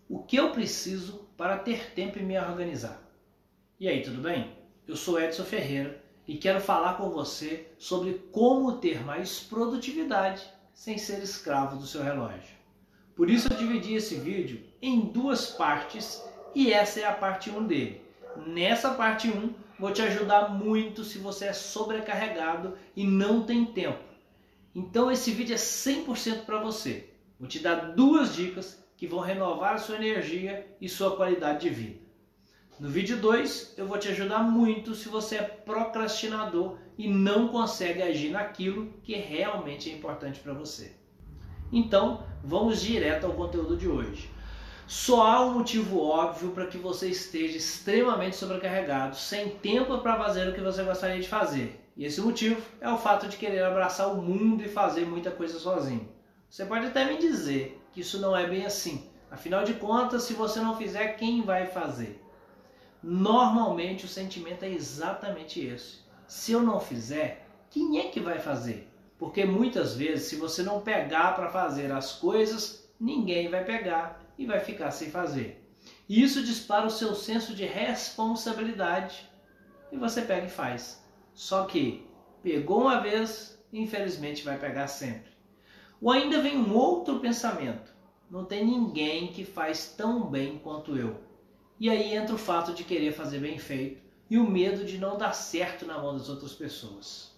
o que eu preciso para ter tempo e me organizar. E aí, tudo bem? Eu sou Edson Ferreira e quero falar com você sobre como ter mais produtividade sem ser escravo do seu relógio. Por isso eu dividi esse vídeo em duas partes e essa é a parte 1 dele. Nessa parte 1 vou te ajudar muito se você é sobrecarregado e não tem tempo. Então esse vídeo é 100% para você. Vou te dar duas dicas que vão renovar a sua energia e sua qualidade de vida. No vídeo 2 eu vou te ajudar muito se você é procrastinador e não consegue agir naquilo que realmente é importante para você. Então vamos direto ao conteúdo de hoje. Só há um motivo óbvio para que você esteja extremamente sobrecarregado, sem tempo para fazer o que você gostaria de fazer. E esse motivo é o fato de querer abraçar o mundo e fazer muita coisa sozinho. Você pode até me dizer que isso não é bem assim. Afinal de contas, se você não fizer, quem vai fazer? Normalmente o sentimento é exatamente esse. Se eu não fizer, quem é que vai fazer? Porque muitas vezes, se você não pegar para fazer as coisas, ninguém vai pegar e vai ficar sem fazer. E isso dispara o seu senso de responsabilidade e você pega e faz. Só que pegou uma vez, infelizmente vai pegar sempre. Ou ainda vem um outro pensamento: não tem ninguém que faz tão bem quanto eu. E aí entra o fato de querer fazer bem feito e o medo de não dar certo na mão das outras pessoas.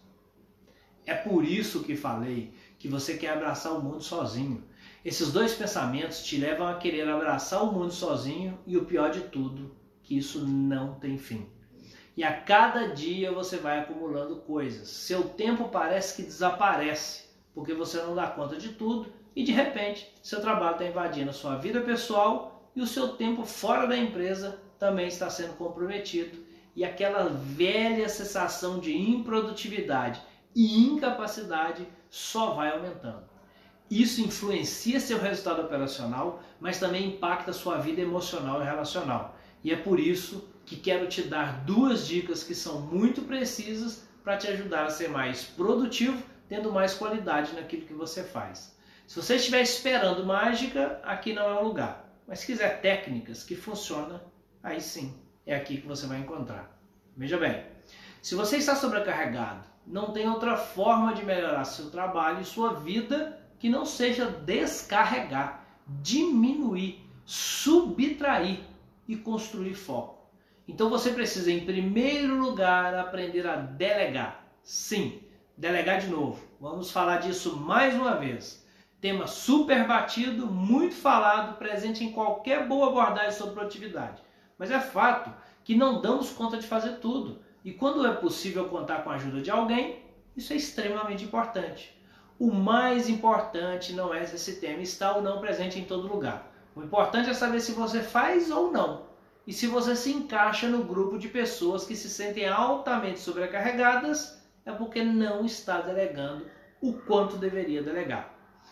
É por isso que falei que você quer abraçar o mundo sozinho. Esses dois pensamentos te levam a querer abraçar o mundo sozinho e o pior de tudo, que isso não tem fim. E a cada dia você vai acumulando coisas. Seu tempo parece que desaparece, porque você não dá conta de tudo e de repente seu trabalho está invadindo a sua vida pessoal e o seu tempo fora da empresa também está sendo comprometido. E aquela velha sensação de improdutividade e incapacidade só vai aumentando. Isso influencia seu resultado operacional, mas também impacta sua vida emocional e relacional. E é por isso que quero te dar duas dicas que são muito precisas para te ajudar a ser mais produtivo, tendo mais qualidade naquilo que você faz. Se você estiver esperando mágica, aqui não é o lugar. Mas se quiser técnicas que funcionam, aí sim, é aqui que você vai encontrar. Veja bem, se você está sobrecarregado, não tem outra forma de melhorar seu trabalho e sua vida que não seja descarregar, diminuir, subtrair e construir foco. Então você precisa, em primeiro lugar, aprender a delegar. Sim, delegar de novo. Vamos falar disso mais uma vez. Tema super batido, muito falado, presente em qualquer boa abordagem sobre produtividade. Mas é fato que não damos conta de fazer tudo. E quando é possível contar com a ajuda de alguém, isso é extremamente importante. O mais importante não é se esse tema está ou não presente em todo lugar. O importante é saber se você faz ou não. E se você se encaixa no grupo de pessoas que se sentem altamente sobrecarregadas, é porque não está delegando o quanto deveria delegar.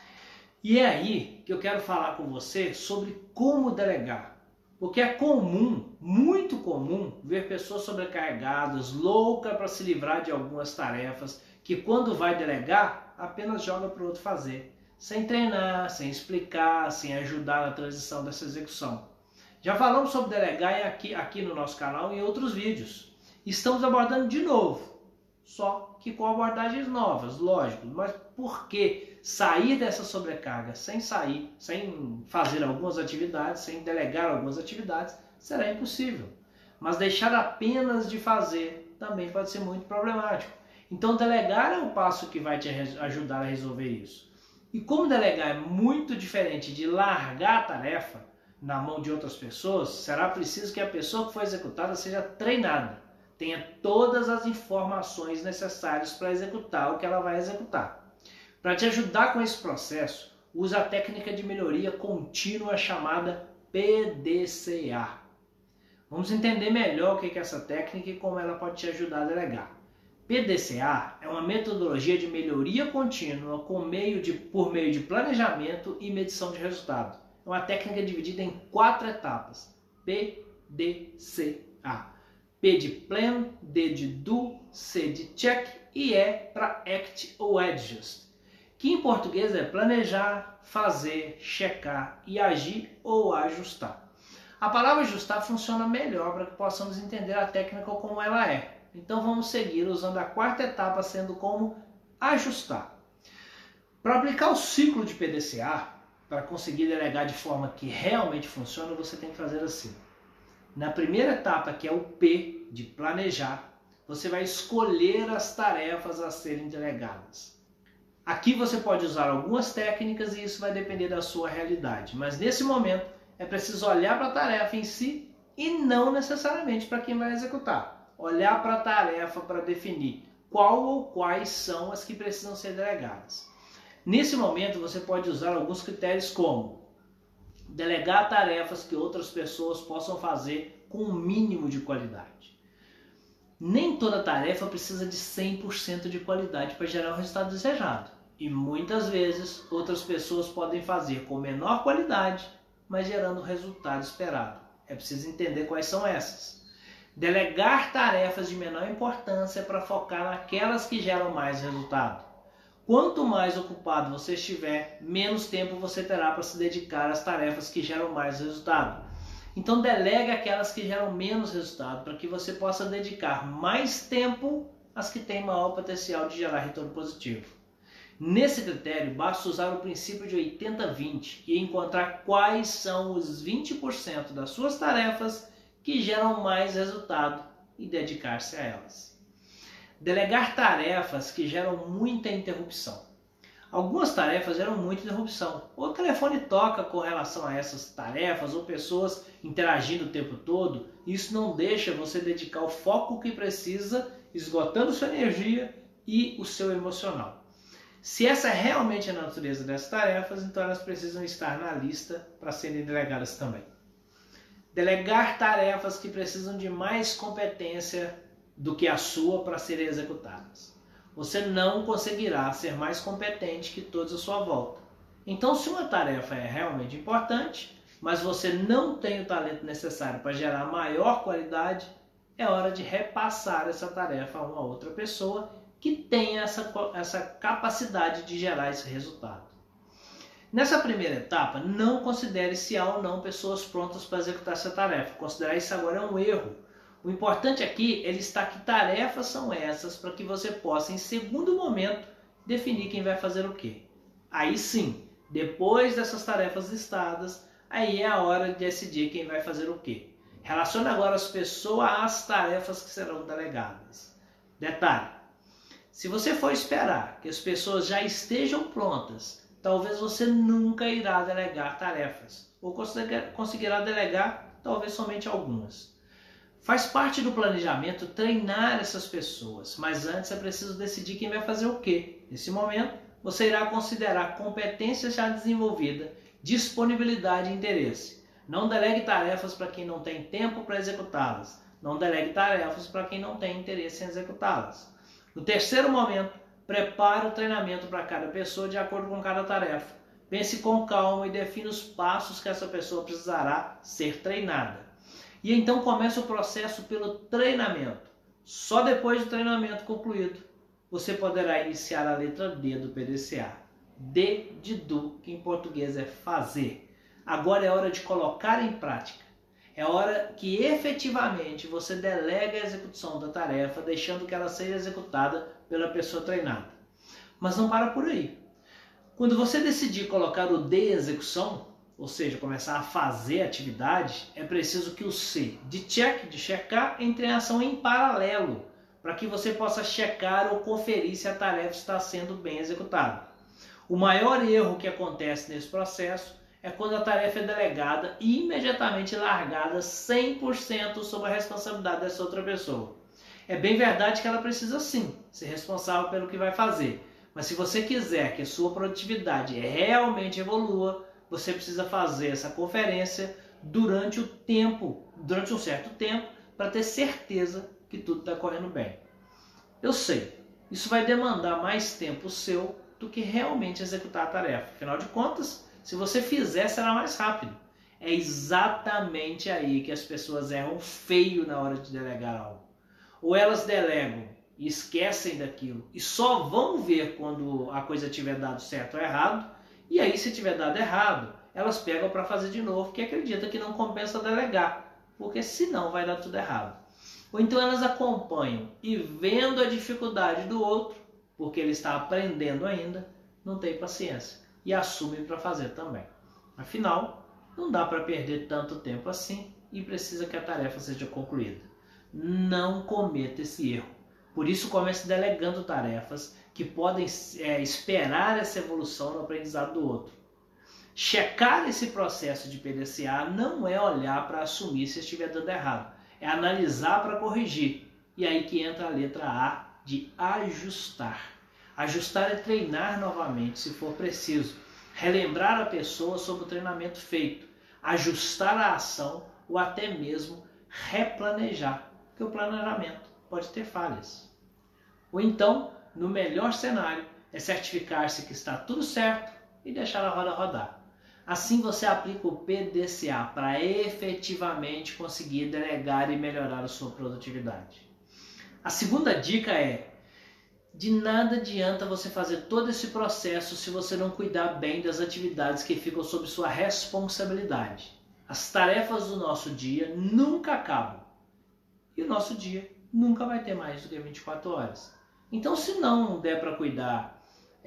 E é aí que eu quero falar com você sobre como delegar. Porque é comum, muito comum, ver pessoas sobrecarregadas, loucas para se livrar de algumas tarefas, que quando vai delegar, apenas joga para o outro fazer, sem treinar, sem explicar, sem ajudar na transição dessa execução. Já falamos sobre delegar aqui no nosso canal e em outros vídeos. Estamos abordando de novo, só que com abordagens novas, lógico. Mas por que sair dessa sobrecarga sem fazer algumas atividades, sem delegar algumas atividades, será impossível. Mas deixar apenas de fazer também pode ser muito problemático. Então delegar é o passo que vai te ajudar a resolver isso. E como delegar é muito diferente de largar a tarefa na mão de outras pessoas, será preciso que a pessoa que for executada seja treinada, tenha todas as informações necessárias para executar o que ela vai executar. Para te ajudar com esse processo, use a técnica de melhoria contínua chamada PDCA. Vamos entender melhor o que é essa técnica e como ela pode te ajudar a delegar. PDCA é uma metodologia de melhoria contínua por meio de planejamento e medição de resultado. É uma técnica dividida em 4 etapas. PDCA. P de Plan, D de Do, C de Check e E para Act ou Adjust. que em português é planejar, fazer, checar e agir ou ajustar. A palavra ajustar funciona melhor para que possamos entender a técnica como ela é. Então vamos seguir usando a quarta etapa sendo como ajustar. Para aplicar o ciclo de PDCA, para conseguir delegar de forma que realmente funcione, você tem que fazer assim. Na primeira etapa, que é o P, de planejar, você vai escolher as tarefas a serem delegadas. Aqui você pode usar algumas técnicas e isso vai depender da sua realidade, mas nesse momento é preciso olhar para a tarefa em si e não necessariamente para quem vai executar. Olhar para a tarefa para definir qual ou quais são as que precisam ser delegadas. Nesse momento você pode usar alguns critérios como delegar tarefas que outras pessoas possam fazer com um mínimo de qualidade. Nem toda tarefa precisa de 100% de qualidade para gerar o resultado desejado. E muitas vezes outras pessoas podem fazer com menor qualidade, mas gerando o resultado esperado. É preciso entender quais são essas. Delegar tarefas de menor importância para focar naquelas que geram mais resultado. Quanto mais ocupado você estiver, menos tempo você terá para se dedicar às tarefas que geram mais resultado. Então delegue aquelas que geram menos resultado para que você possa dedicar mais tempo às que têm maior potencial de gerar retorno positivo. Nesse critério, basta usar o princípio de 80-20 e encontrar quais são os 20% das suas tarefas que geram mais resultado e dedicar-se a elas. Delegar tarefas que geram muita interrupção. Algumas tarefas geram muita interrupção. O telefone toca com relação a essas tarefas ou pessoas interagindo o tempo todo. Isso não deixa você dedicar o foco que precisa, esgotando sua energia e o seu emocional. Se essa é realmente a natureza dessas tarefas, então elas precisam estar na lista para serem delegadas também. Delegar tarefas que precisam de mais competência do que a sua para serem executadas. Você não conseguirá ser mais competente que todos à sua volta. Então, se uma tarefa é realmente importante, mas você não tem o talento necessário para gerar maior qualidade, é hora de repassar essa tarefa a uma outra pessoa que tenha essa capacidade de gerar esse resultado. Nessa primeira etapa, não considere se há ou não pessoas prontas para executar essa tarefa. Considerar isso agora é um erro. O importante aqui é listar que tarefas são essas para que você possa, em segundo momento, definir quem vai fazer o quê. Aí sim, depois dessas tarefas listadas, aí é a hora de decidir quem vai fazer o quê. Relacione agora as pessoas às tarefas que serão delegadas. Detalhe. Se você for esperar que as pessoas já estejam prontas, talvez você nunca irá delegar tarefas, ou conseguirá delegar talvez somente algumas. Faz parte do planejamento treinar essas pessoas, mas antes é preciso decidir quem vai fazer o quê. Nesse momento, você irá considerar competência já desenvolvida, disponibilidade e interesse. Não delegue tarefas para quem não tem tempo para executá-las. Não delegue tarefas para quem não tem interesse em executá-las. No terceiro momento, prepare o treinamento para cada pessoa de acordo com cada tarefa. Pense com calma e defina os passos que essa pessoa precisará ser treinada. E então comece o processo pelo treinamento. Só depois do treinamento concluído, você poderá iniciar a letra D do PDCA. D de do, que em português é fazer. Agora é hora de colocar em prática. É hora que efetivamente você delega a execução da tarefa, deixando que ela seja executada pela pessoa treinada. Mas não para por aí. Quando você decidir colocar o D em execução, ou seja, começar a fazer a atividade, é preciso que o C de check, de checar, entre em ação em paralelo, para que você possa checar ou conferir se a tarefa está sendo bem executada. O maior erro que acontece nesse processo é quando a tarefa é delegada e imediatamente largada 100% sob a responsabilidade dessa outra pessoa. É bem verdade que ela precisa sim ser responsável pelo que vai fazer, mas se você quiser que a sua produtividade realmente evolua, você precisa fazer essa conferência durante um certo tempo, para ter certeza que tudo está correndo bem. Eu sei, isso vai demandar mais tempo seu do que realmente executar a tarefa. Afinal de contas, se você fizer, será mais rápido. É exatamente aí que as pessoas erram feio na hora de delegar algo. Ou elas delegam e esquecem daquilo e só vão ver quando a coisa tiver dado certo ou errado, e aí se tiver dado errado, elas pegam para fazer de novo, porque acreditam que não compensa delegar, porque senão vai dar tudo errado. Ou então elas acompanham e vendo a dificuldade do outro, porque ele está aprendendo ainda, não tem paciência e assumem para fazer também. Afinal, não dá para perder tanto tempo assim e precisa que a tarefa seja concluída. Não cometa esse erro. Por isso comece delegando tarefas que podem esperar essa evolução no aprendizado do outro. Checar esse processo de PDCA não é olhar para assumir se estiver dando errado. É analisar para corrigir. E aí que entra a letra A de ajustar. Ajustar é treinar novamente, se for preciso. Relembrar a pessoa sobre o treinamento feito. Ajustar a ação ou até mesmo replanejar. Porque o planejamento pode ter falhas. Ou então, no melhor cenário, é certificar-se que está tudo certo e deixar a roda rodar. Assim você aplica o PDCA para efetivamente conseguir delegar e melhorar a sua produtividade. A segunda dica é: de nada adianta você fazer todo esse processo se você não cuidar bem das atividades que ficam sob sua responsabilidade. As tarefas do nosso dia nunca acabam. E o nosso dia nunca vai ter mais do que 24 horas. Então, se não der para cuidar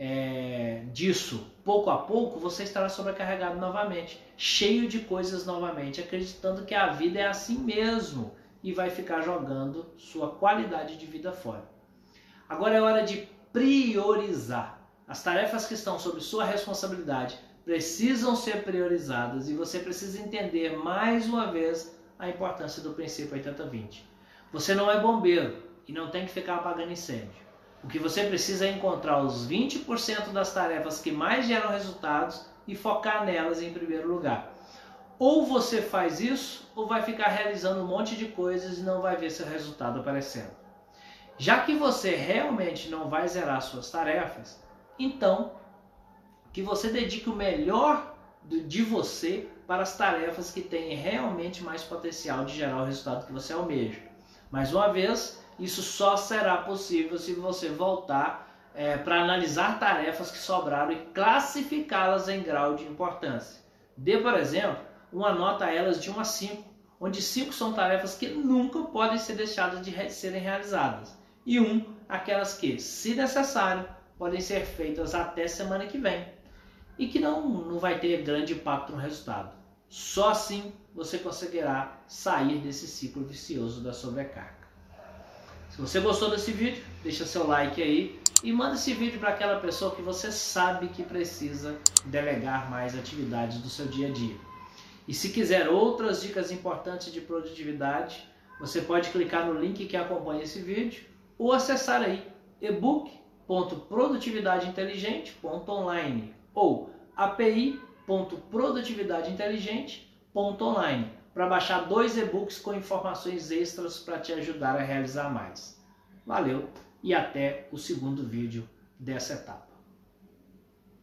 disso pouco a pouco, você estará sobrecarregado novamente, cheio de coisas novamente, acreditando que a vida é assim mesmo e vai ficar jogando sua qualidade de vida fora. Agora é hora de priorizar. As tarefas que estão sob sua responsabilidade precisam ser priorizadas e você precisa entender mais uma vez a importância do princípio 80-20. Você não é bombeiro e não tem que ficar apagando incêndio. O que você precisa é encontrar os 20% das tarefas que mais geram resultados e focar nelas em primeiro lugar. Ou você faz isso, ou vai ficar realizando um monte de coisas e não vai ver seu resultado aparecendo. Já que você realmente não vai zerar suas tarefas, então que você dedique o melhor de você para as tarefas que têm realmente mais potencial de gerar o resultado que você almeja. Mais uma vez, isso só será possível se você voltar para analisar tarefas que sobraram e classificá-las em grau de importância. Dê, por exemplo, uma nota a elas de 1 a 5, onde 5 são tarefas que nunca podem ser deixadas de serem realizadas, e 1 aquelas que, se necessário, podem ser feitas até semana que vem, e que não vai ter grande impacto no resultado. Só assim você conseguirá sair desse ciclo vicioso da sobrecarga. Se você gostou desse vídeo, deixa seu like aí e manda esse vídeo para aquela pessoa que você sabe que precisa delegar mais atividades do seu dia a dia. E se quiser outras dicas importantes de produtividade, você pode clicar no link que acompanha esse vídeo ou acessar aí ebook.produtividadeinteligente.online ou api.produtividadeinteligente.online para baixar 2 e-books com informações extras para te ajudar a realizar mais. Valeu e até o segundo vídeo dessa etapa.